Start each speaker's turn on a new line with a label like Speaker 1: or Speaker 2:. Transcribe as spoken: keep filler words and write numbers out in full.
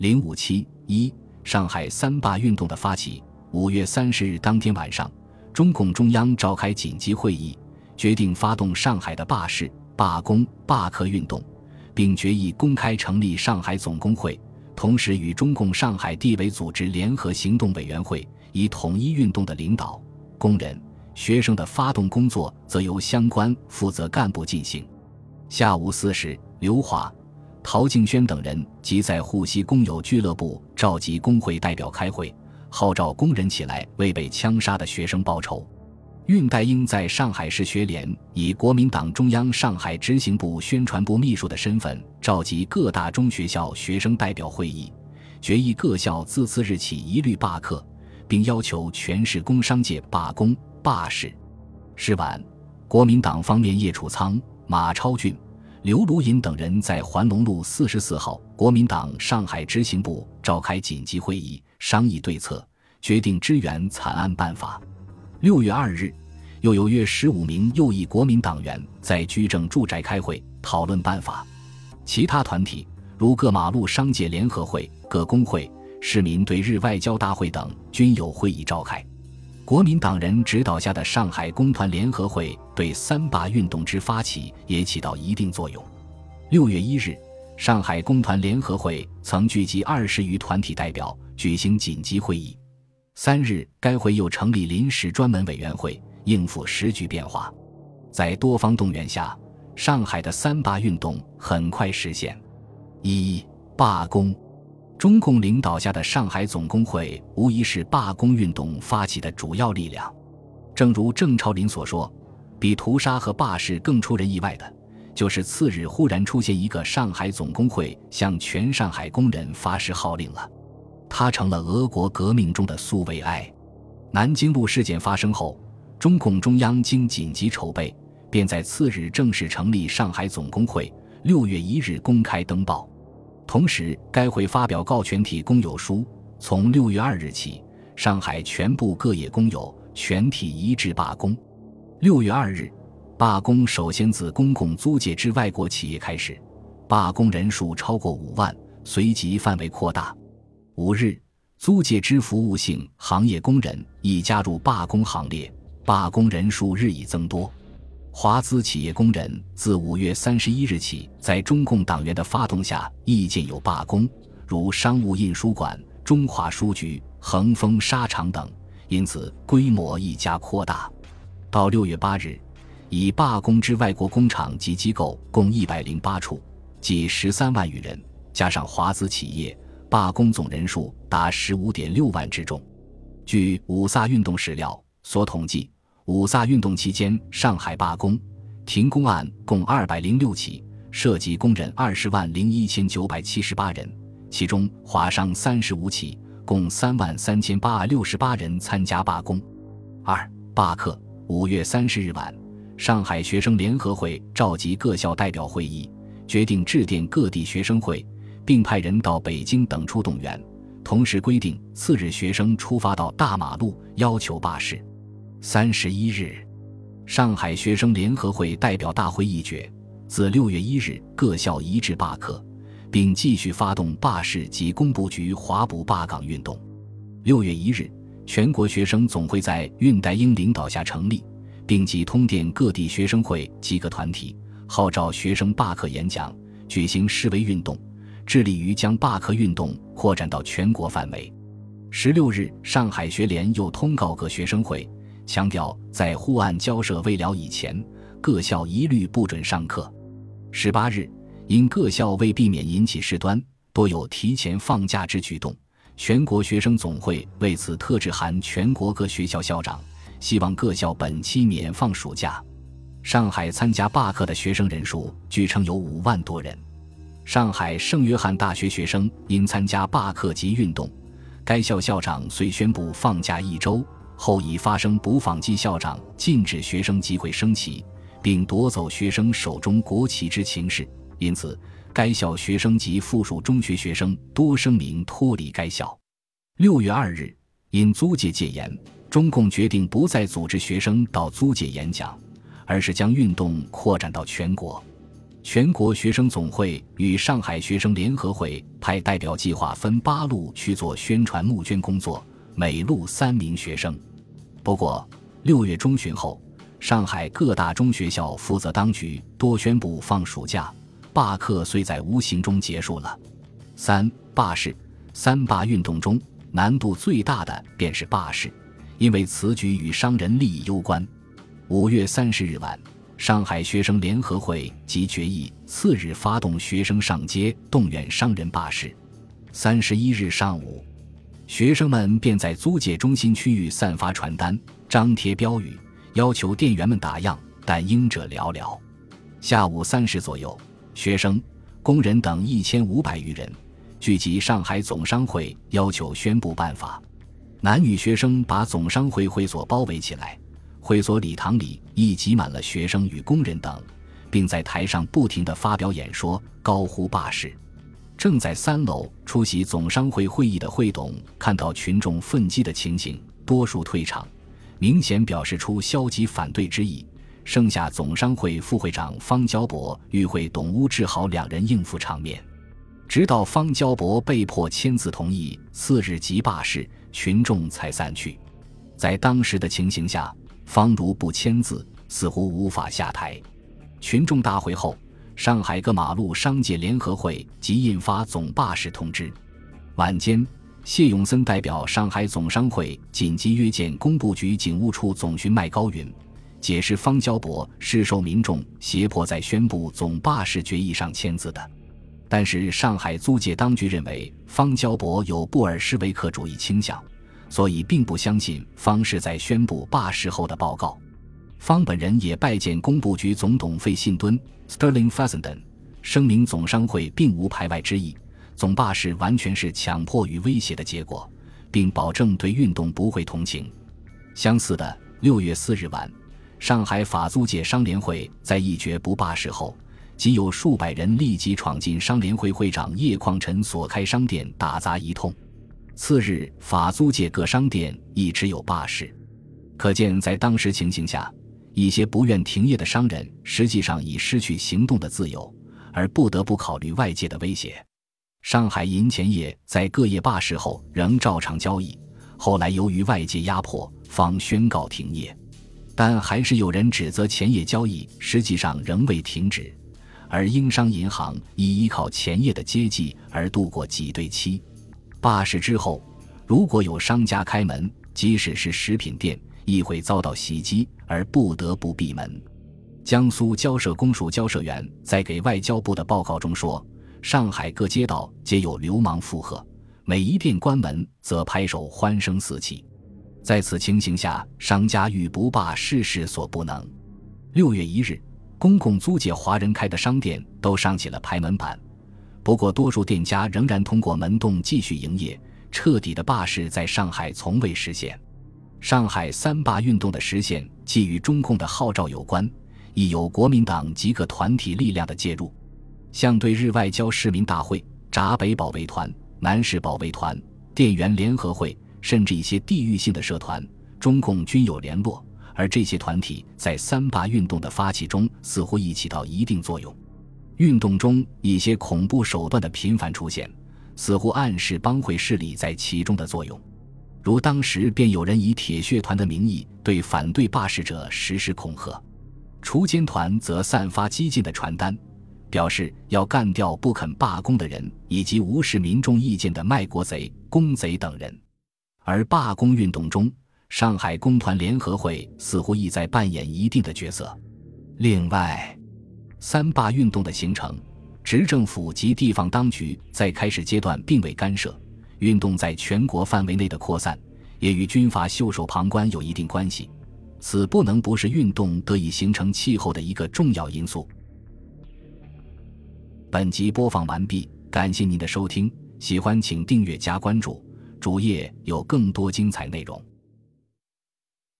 Speaker 1: 零五七一上海三罢运动的发起。五月三十日当天晚上，中共中央召开紧急会议，决定发动上海的罢市、罢工、罢课运动，并决议公开成立上海总工会，同时与中共上海地委组织联合行动委员会，以统一运动的领导、工人、学生的发动工作则由相关负责干部进行。下午四时，刘华、陶敬轩等人即在沪西工友俱乐部召集工会代表开会，号召工人起来为被枪杀的学生报仇。恽代英在上海市学联以国民党中央上海执行部宣传部秘书的身份召集各大中学校学生代表会议，决议各校自次日起一律罢课，并要求全市工商界罢工罢市。是晚，国民党方面叶楚仓、马超俊、刘卢隐等人在环龙路四十四号国民党上海执行部召开紧急会议，商议对策，决定支援惨案办法。六月二日，又有约十五名右翼国民党员在居正住宅开会，讨论办法。其他团体如各马路商界联合会、各工会、市民对日外交大会等均有会议召开。国民党人指导下的上海工团联合会对三罢运动之发起也起到一定作用。六月一日，上海工团联合会曾聚集二十余团体代表举行紧急会议。三日，该会又成立临时专门委员会，应付时局变化。在多方动员下，上海的三罢运动很快实现。一、罢工。中共领导下的上海总工会无疑是罢工运动发起的主要力量。正如郑超林所说，比屠杀和罢市更出人意外的，就是次日忽然出现一个上海总工会向全上海工人发施号令了。它成了俄国革命中的苏维埃。南京路事件发生后，中共中央经紧急筹备，便在次日正式成立上海总工会，六月一日公开登报。同时，该会发表告全体工友书，从六月二日起，上海全部各业工友全体一致罢工。六月二日，罢工首先自公共租界之外国企业开始，罢工人数超过五万，随即范围扩大。五日，租界之服务性行业工人亦加入罢工行列，罢工人数日益增多。华资企业工人自五月三十一日起，在中共党员的发动下亦见有罢工，如商务印书馆、中华书局、恒丰纱厂等，因此规模亦加扩大。到六月八日，已罢工之外国工厂及机构共一百零八处，即十三万余人，加上华资企业，罢工总人数达 十五点六万之众。据五卅运动史料所统计，五卅运动期间上海罢工、停工案共二百零六起，涉及工人二十万零一千九百七十八人，其中华商三十五起，共三万三千八百六十八人参加罢工。二、罢课。五月三十日晚，上海学生联合会召集各校代表会议，决定致电各地学生会，并派人到北京等处动员，同时规定次日学生出发到大马路要求罢市。三十一日，上海学生联合会代表大会议决，自六月一日各校一致罢课，并继续发动罢市及工部局划捕罢岗运动。六月一日，全国学生总会在恽代英领导下成立，并即通电各地学生会及各团体，号召学生罢课演讲，举行示威运动，致力于将罢课运动扩展到全国范围。十六日，上海学联又通告各学生会，强调在沪岸交涉未了以前，各校一律不准上课。十八日，因各校为避免引起事端，多有提前放假之举动，全国学生总会为此特致函全国各学校校长，希望各校本期免放暑假。上海参加罢课的学生人数据称有五万多人。上海圣约翰大学学生因参加罢课及运动，该校校长遂宣布放假一周，后已发生捕访季校长禁止学生集会升旗，并夺走学生手中国旗之情事，因此该校学生及附属中学学生多声明脱离该校。六月二日，因租界戒严，中共决定不再组织学生到租界演讲，而是将运动扩展到全国。 全国学生总会与上海学生联合会派代表计划分八路去做宣传募捐工作，每路三名学生。不过六月中旬后，上海各大中学校负责当局多宣布放暑假，罢课虽在无形中结束了。三罢市。三罢运动中难度最大的便是罢市，因为此举与商人利益攸关。五月三十日晚，上海学生联合会即决议次日发动学生上街动员商人罢市。三十一日上午，学生们便在租界中心区域散发传单，张贴标语，要求店员们打烊，但应者寥寥。下午三时左右，学生、工人等一千五百余人聚集上海总商会，要求宣布办法。男女学生把总商会会所包围起来，会所礼堂里亦挤满了学生与工人等，并在台上不停地发表演说，高呼罢市。正在三楼出席总商会会议的会董看到群众奋击的情形，多数退场，明显表示出消极反对之意。剩下总商会副会长方交伯与会董乌志豪两人应付场面，直到方交伯被迫签字同意次日即罢市，群众才散去。在当时的情形下，方如不签字，似乎无法下台。群众大会后，上海各马路商界联合会即印发总罢市通知。晚间，谢永森代表上海总商会紧急约见工部局警务处总巡麦高云，解释方交伯是受民众胁迫在宣布总罢市决议上签字的。但是上海租界当局认为方交伯有布尔什维克主义倾向，所以并不相信方是在宣布罢市后的报告。方本人也拜见工部局总董费信敦 Sterling Fessenden， 声明总商会并无排外之意，总罢市完全是强迫与威胁的结果，并保证对运动不会同情。相似的，六月四日晚，上海法租界商联会在一决不罢市后，即有数百人立即闯进商联会会长叶匡辰所开商店打砸一通。次日法租界各商店亦只有罢市。可见在当时情形下，一些不愿停业的商人实际上已失去行动的自由，而不得不考虑外界的威胁。上海银钱业在各业罢市后仍照常交易，后来由于外界压迫方宣告停业，但还是有人指责前业交易实际上仍未停止，而英商银行亦依靠前业的接济而度过挤兑期。罢市之后，如果有商家开门，即使是食品店，亦会遭到袭击而不得不闭门。江苏交涉公署交涉员在给外交部的报告中说，上海各街道皆有流氓附和，每一店关门则拍手欢声四起。在此情形下，商家欲不罢是势所不能。六月一日，公共租界华人开的商店都上起了排门板，不过多数店家仍然通过门洞继续营业，彻底的罢市在上海从未实现。上海三罢运动的实现既与中共的号召有关，亦有国民党及各团体力量的介入。像对日外交市民大会、闸北保卫团、南市保卫团、店员联合会，甚至一些地域性的社团，中共均有联络，而这些团体在三罢运动的发起中似乎亦起到一定作用。运动中一些恐怖手段的频繁出现，似乎暗示帮会势力在其中的作用。如当时便有人以铁血团的名义对反对罢市者实施恐吓，锄奸团则散发激进的传单，表示要干掉不肯罢工的人以及无视民众意见的卖国贼、公贼等人。而罢工运动中，上海工团联合会似乎亦在扮演一定的角色。另外，三罢运动的形成，执政府及地方当局在开始阶段并未干涉，运动在全国范围内的扩散也与军阀袖手旁观有一定关系，此不能不是运动得以形成气候的一个重要因素。本集播放完毕，感谢您的收听，喜欢请订阅加关注，主页有更多精彩内容。